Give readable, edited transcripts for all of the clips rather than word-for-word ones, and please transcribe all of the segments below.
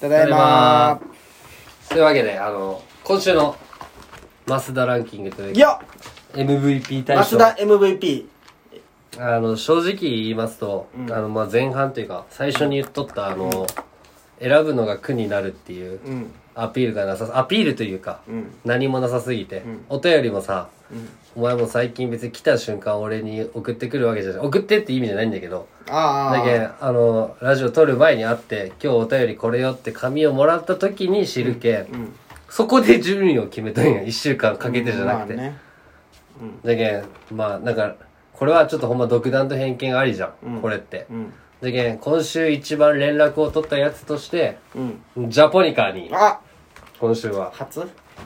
ただいまというわけで今週の増田ランキングといういや MVP 大賞、 増田 MVP 正直言いますと、前半というか最初に言っとった選ぶのが苦になるっていうアピールがなさアピールというか、何もなさすぎて、お便りもさ、お前も最近別に来た瞬間俺に送ってくるわけじゃない、送ってって意味じゃないんだけど、だけラジオ撮る前に会って今日お便りこれよって紙をもらった時に知るけ、そこで順位を決めたんや、1週間かけてじゃなくて、だけまあなんかこれはちょっとほんま独断と偏見ありじゃん、これって、だけ今週一番連絡を取ったやつとして、ジャポニカに今週は初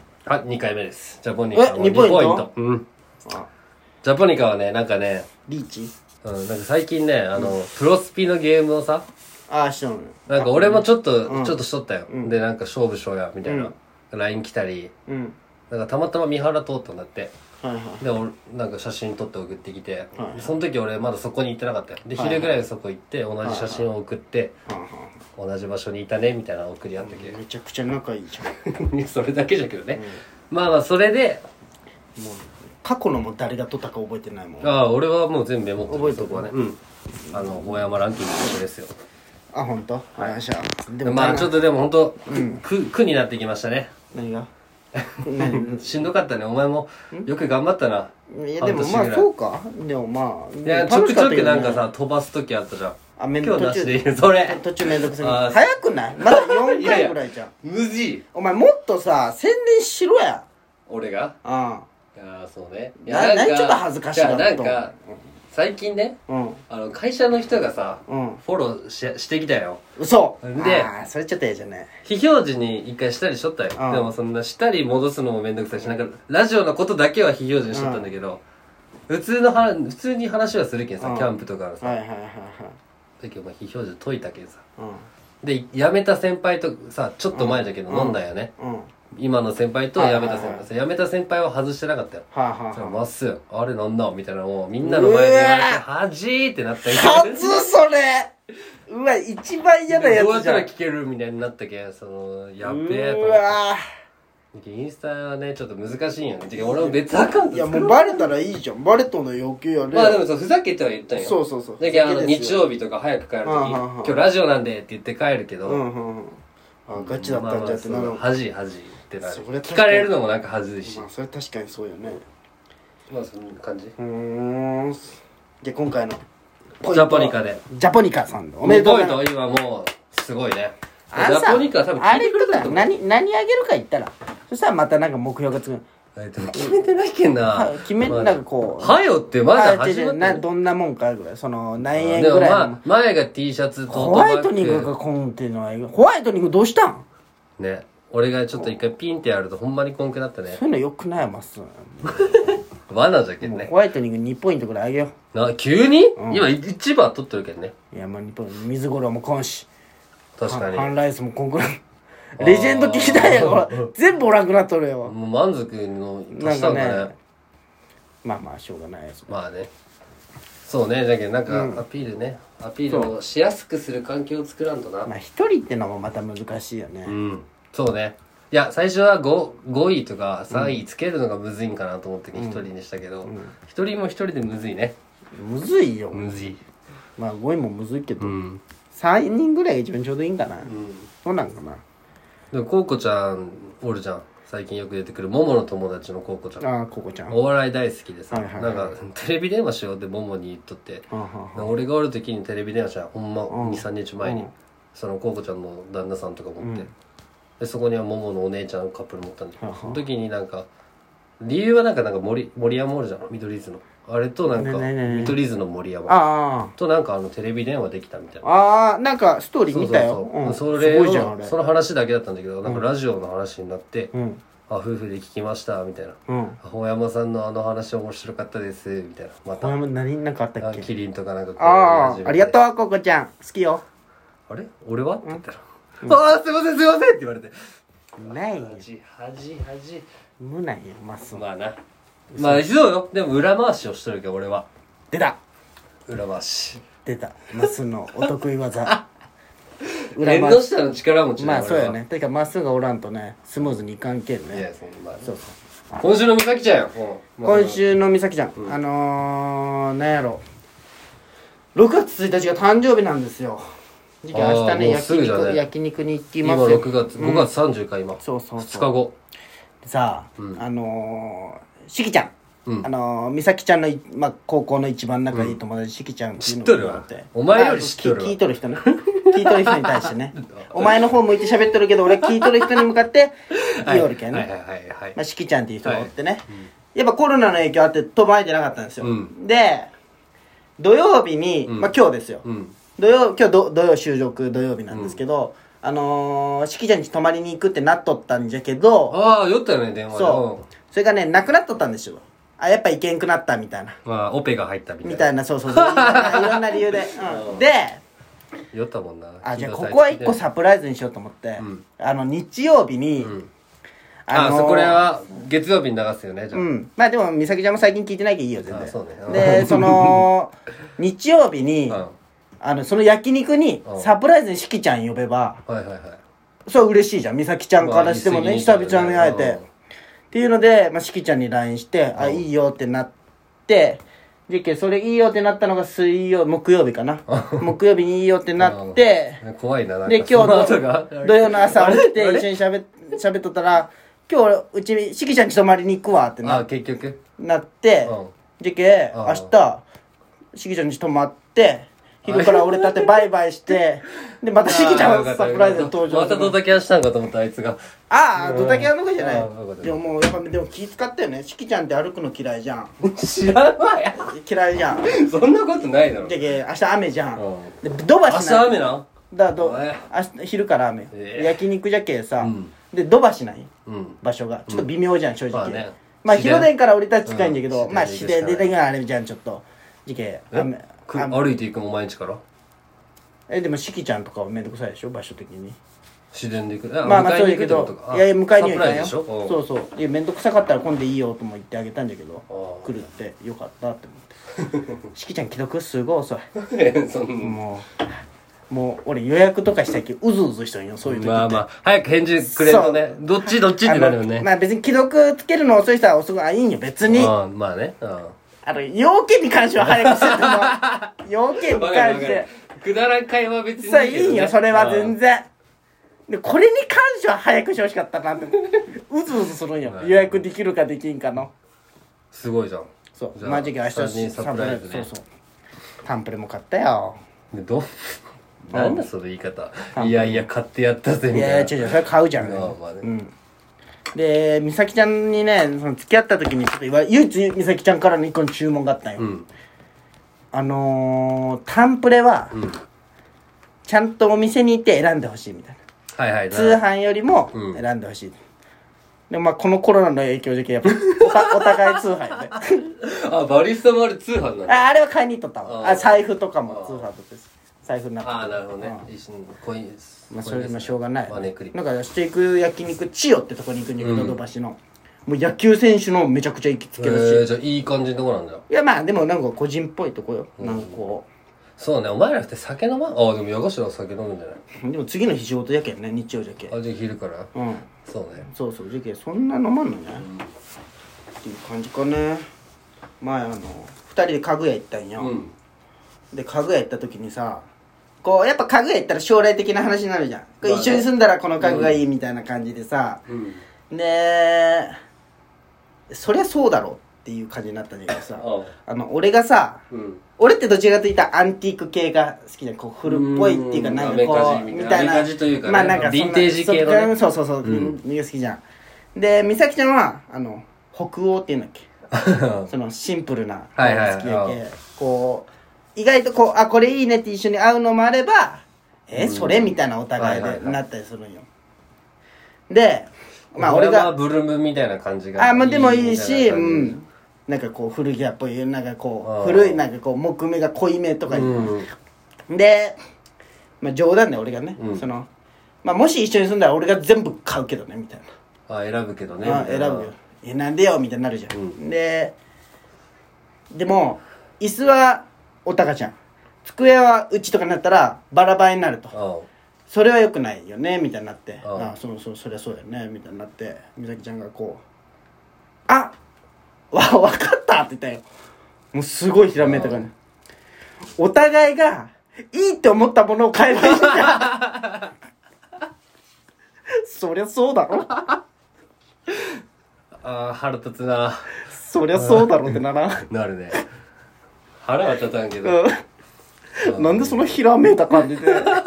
2回目です。ジャポニカの2ポイント。ジャポニカはね、なんかね、 リーチなんか最近ね、プロスピのゲームをさ、 しとんのなんか俺もちょっとしとったよ。で、なんか勝負しようや、みたいな。LINE 来たり、なんかたまたま三原通ったんだって。で、なんか写真撮って送ってきて、その時俺まだそこに行ってなかったよ。で、昼ぐらいそこ行って、同じ写真を送って、同じ場所にいたね、みたいなの送り合ったけど。 めちゃくちゃ仲いいじゃんそれだけじゃけどね。まあまあ、それで、 もう過去のも誰が撮ったか覚えてないもん。 俺はもう全部メモってる。 覚えてるそこはね。大山ランキング一緒ですよ。 本当？はい。 でもまあちょっとでも本当苦になってきましたね。 何が？ しんどかったね。お前もよく頑張ったな。 いやでもまあそうか。でもまあいやちょくちょくなんかさ飛ばす時あったじゃん。今日なしでいい。それ途中めんどくさい。早くない？まだ4回ぐらいじゃん。 むずい。 お前もっとさ宣伝しろや。 俺が？いやそうね。 何ちょっと恥ずかしいな。 なんか最近ね、会社の人がさ、フォローしてきたよ。 嘘で、 それちょっと嫌じゃね。 非表示に一回したりしとったよ。でもそんなしたり戻すのもめんどくさいし、なんかラジオのことだけは非表示にしとったんだけど、普通に話はするけんさ、キャンプとかのさ。だけど非表示解いたけんさ。で、辞めた先輩とさ、ちょっと前だけど飲んだよね。今の先輩と辞めた先輩、辞めた先輩は外してなかったよ。まっすぐあれなんだみたいなのをみんなの前で言われてはじーってなったけど、 はずそれうわ一番嫌なやつじゃん。 どうやったら聞けるみたいになったけん、やっべえと思って。インスタはねちょっと難しいんよね。俺も別アカウント作ろう。いやもうバレたらいいじゃん。バレとの要求やね。 まあでもふざけては言ったんよ。 そうだけど日曜日とか早く帰る時今日ラジオなんでって言って帰るけど、 ガチだったんじゃってなる。 恥ってなる。聞かれるのもなんか恥ずいし。 まあそれ確かにそうよね。 まあそんな感じ。 で今回のジャポニカでジャポニカさんおめでとうございます。 今もうすごいね。ジャポニカ多分聞いてくれたと思う。 何あげるか言ったら、そしたらまたなんか目標がつく。 でも決めてないけんな。 決めてなんかこうはよってまだ始まってどんなもんかぐらい、その何円ぐらいの。 前が T シャツとホワイトニングがコンっていうのは、ホワイトニングどうしたんね。俺がちょっと一回ピンってやるとほんまにコンクなったね。 そういうのよくないます罠じゃけんね。 ホワイトニング2ポイントぐらいあげよう。急に、今一番取ってるけんね。 いやもう2ポイント、水頃もこんし、 確かにハンライスもこんくらいレジェンド聞きたいよ。全部おらんくなっとるよ。 もう満足の足したんだね。 まあしょうがないです。 まあね。そうね。だけどなんかアピールをしやすくする環境を作らんとな。 まあ一人ってのもまた難しいよね。 そうね。いや最初は 5位とか3位つけるのがむずいんかなと思って1人にしたけど、1人も1人でむずいね。 むずいよ。 むずい。 まあ5位もむずいけど、3人ぐらいが一番ちょうどいいんかな。そうなんかな。 でもコウコちゃんおるじゃん。最近よく出てくるモモの友達のコウコちゃん。 コウコちゃんお笑い大好きでさ、なんかテレビ電話しようってモモに言っとって、俺がおる時にテレビ電話したらほんま 2,3 日前にそのコウコちゃんの旦那さんとか持って、でそこにはモモのお姉ちゃんカップル持ったんだけど、その時になんか理由はなんか森山おるじゃん、見取り図のあれとなんか見取り図の森山となんかテレビ電話できたみたいな。 なんかストーリー見たよ。 それをその話だけだったんだけど、なんかラジオの話になって、夫婦で聞きましたみたいな、大山さんの話面白かったですみたいな。また何なんかあったっけ。 キリンとかなんかありがとうコウコちゃん、好きよ。 あれ俺はって言ったらすいませんって言われて、 ないよ恥無ないよ。まあな、まあそうよ。でも裏回しをしとるけど俺は。 出た裏回し出たマスのお得意技。 縁の下の力持ちだまあそうよね。てかまっすぐがおらんとねスムーズにいかんけんね。 いやそんなそうそう。 今週の美咲ちゃんよ。 今週の美咲ちゃん、なんやろ6月1日が誕生日なんですよ。明日ね焼肉に行きますよ。 今6月5月30か今。 そうそうそう。 2日後さあ、しきちゃん、美咲ちゃんの、まあ、高校の一番仲いい友達、しきちゃんっていうのが知っとるわお前より知っとるわ聞いとる人ね聞いとる人に対してねお前の方向いて喋っとるけど俺聞いとる人に向かって言いよるけんね。まあ、しきちゃんっていう人がおってね、やっぱコロナの影響あって飛ばえてなかったんですよ、で土曜日に、まあ今日ですよ、今日土曜収録土曜日なんですけど、しきちゃんに泊まりに行くってなっとったんじゃけど、 ああ酔ったよね電話で。 それがねなくなっとったんですよ。やっぱ行けんくなったみたいな。 まあオペが入ったみたいな。 みたいな、そういろんな理由で。で、 酔ったもんな。 じゃあここは一個サプライズにしようと思って、日曜日に、 これは月曜日に流すよね、じゃあ。 まあでも、美咲ちゃんも最近聞いてないけどいいよ、全然。 そうね。 で、日曜日に、その焼肉にサプライズにしきちゃん呼べば、それは嬉しいじゃん。美咲ちゃんからしてもね、久々に会えて。っていうので、まあ、しきちゃんに LINE して、いいよってなって、それいいよってなったのが木曜日かな。木曜日にいいよってなって、 怖いな、なんか。 で、今日土曜の朝起きて一緒に喋っとったら、今日うちしきちゃんに泊まりに行くわって結局なって、明日、しきちゃんに泊まって、昼から俺たってバイバイして、で、またしきちゃんがサプライズで登場。 またドタキャンしたんかと思ったあいつが。 ドタキャンの方じゃない。でももう、やっぱ、でも気使ったよね。しきちゃんって歩くの嫌いじゃん。 知らんわや。 嫌いじゃん。 そんなことないだろ。 明日雨じゃん。で、ドバしない。 明日雨な明日昼から雨。焼肉じゃけさ、で、ドバしない場所が。ちょっと微妙じゃん、正直。まあ、広電から俺たち近いんだけど、まあ、市電であれじゃん、ちょっと。雨。 歩いていくも毎日からでもしきちゃんとかはめんどくさいでしょ場所的に。 自然で行く。 まあそうやけど、いや迎えには行かんよ。 そうそう。めんどくさかったら今度いいよとも言ってあげたんだけど、来るってよかったって思って。しきちゃん既読すごい遅い。もう俺予約とかしたきうずうずしとんよ、そういう時って。 まあ早く返事くれるとね、どっちってなるよね。 まあ別に既読つけるの遅い人は遅くいいんよ別に。 まあね。 要件に関しては早くしても要件に関してくだらん会話別にさあいいよそれは全然でこれに関しては早くしてほしかったなってうずうずするんよ予約できるかできんかのすごいじゃん。 そうマジで明日サプライズね。 そうタンプレも買ったよ。 なんだその言い方。いやいや買ってやったぜみたいな。 いや違うそれ買うじゃん。で、美咲ちゃんにね、付き合った時にちょっと唯一美咲ちゃんからの一個の注文があったんよ。タンプレは、ちゃんとお店に行って選んでほしいみたいな。通販よりも選んでほしい。でもまあこのコロナの影響でやっぱお互い通販よね。 バリスタもあれ通販なんだ。 あれは買いに行っとったわ。財布とかも通販とって財布になってなるほどね。 まあそれでもしょうがない。なんかステーク焼肉千代ってとこに行くんだけど、土橋のもう野球選手のめちゃくちゃ行きつけだし。 じゃあいい感じのとこなんだよ。 いやまあでもなんか個人っぽいとこよ。なんかこうそうね、お前らって酒飲まん。でも矢頭は酒飲むんじゃない。 でも次の日仕事やけんね、日曜じゃけん。 じゃあ昼からそうね。 そうじゃけんそんな飲まんのねっていう感じかね。前2人で家具屋行ったんよ。で家具屋行った時にさ、こうやっぱ家具屋行ったら将来的な話になるじゃん。一緒に住んだらこの家具がいいみたいな感じでさ、でそりゃそうだろうっていう感じになったんだけどさ、俺がさ、俺ってどちらかといったらアンティーク系が好きじゃん。こう古っぽいっていうかなんかこうみたいな、まあなんかヴィンテージ系のね。 そう好きじゃん。で美咲ちゃんは北欧っていうんだっけそのシンプルな好きやけ、こう意外とこうこれいいねって一緒に会うのもあればそれみたいなお互いでなったりするんよ。でまあ俺がブルームみたいな感じがまあでもいいし、なんかこう古着屋っぽいなんかこう古いなんかこう木目が濃いめとかでまあ冗談で俺がねまあもし一緒に住んだら俺が全部買うけどねみたいな。選ぶけどね。 選ぶよ。なんでよみたいになるじゃん。でも椅子はおたかちゃん、机はうちとかになったらバラバラになると。 それは良くないよねみたいになって、 あそりゃそうだよねみたいになって、美咲ちゃんがこう分かったって言ったよ。もうすごいひらめいたからね。お互いがいいって思ったものを買えばいいんだ。そりゃそうだろ。 腹立つな。 そりゃそうだろってならなるね。腹は立たんけど、 なんでそのひらめいた感じで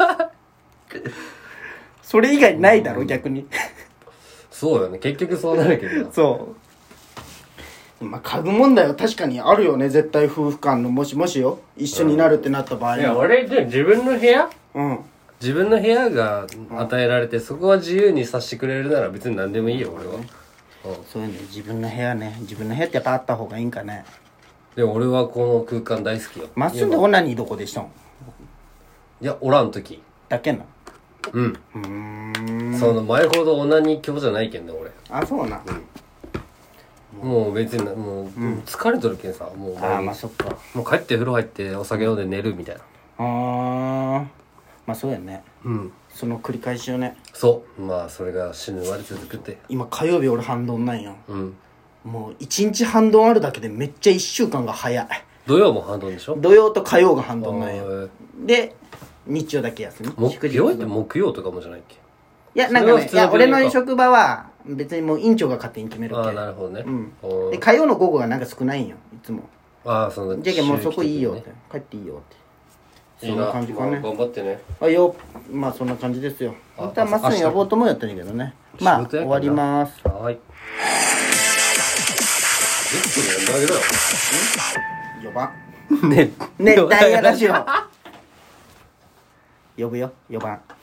それ以外ないだろ、逆に。 そうよね、結局そうなるけどな。 そうまあ家具問題は確かにあるよね、絶対夫婦間の。もしよ一緒になるってなった場合いや、俺で自分の部屋自分の部屋が与えられて、そこは自由にさせてくれるなら別に何でもいいよ、俺は。 そういうね、自分の部屋ってやっぱあった方がいいんかね。 でも俺はこの空間大好きよ。 まっすぐオナニーどこでしたん？ いや、おらん時だけな。 その前ほどオナニー教じゃないけんね、俺。 そうな。 もう別にもう疲れとるけんさ、もうまあそっか。 もう帰って風呂入ってお酒飲んで寝るみたいな。 まあそうやね。その繰り返しよね。 そうまあそれが死ぬまで続くって。 今火曜日俺半ドンなんよ。もう1日半ドンあるだけでめっちゃ1週間が早い。 土曜も半ドンでしょ。 土曜と火曜が半ドンなんよ。で日曜だけ休み。 木曜って木曜とかもじゃないっけ。 いやなんかね、俺の職場は別にもう院長が勝手に決めるっけ。 なるほどね。 で火曜の午後がなんか少ないんよ、いつも。 そのじゃけもうそこいいよって、帰っていいよって。そんな感じかね。 頑張ってね。 まあそんな感じですよ。本当はまっすぐ呼ぼうともやったんだけどね。まあ終わります。 はい。 4番熱帯夜ラジオ呼ぶよ4番。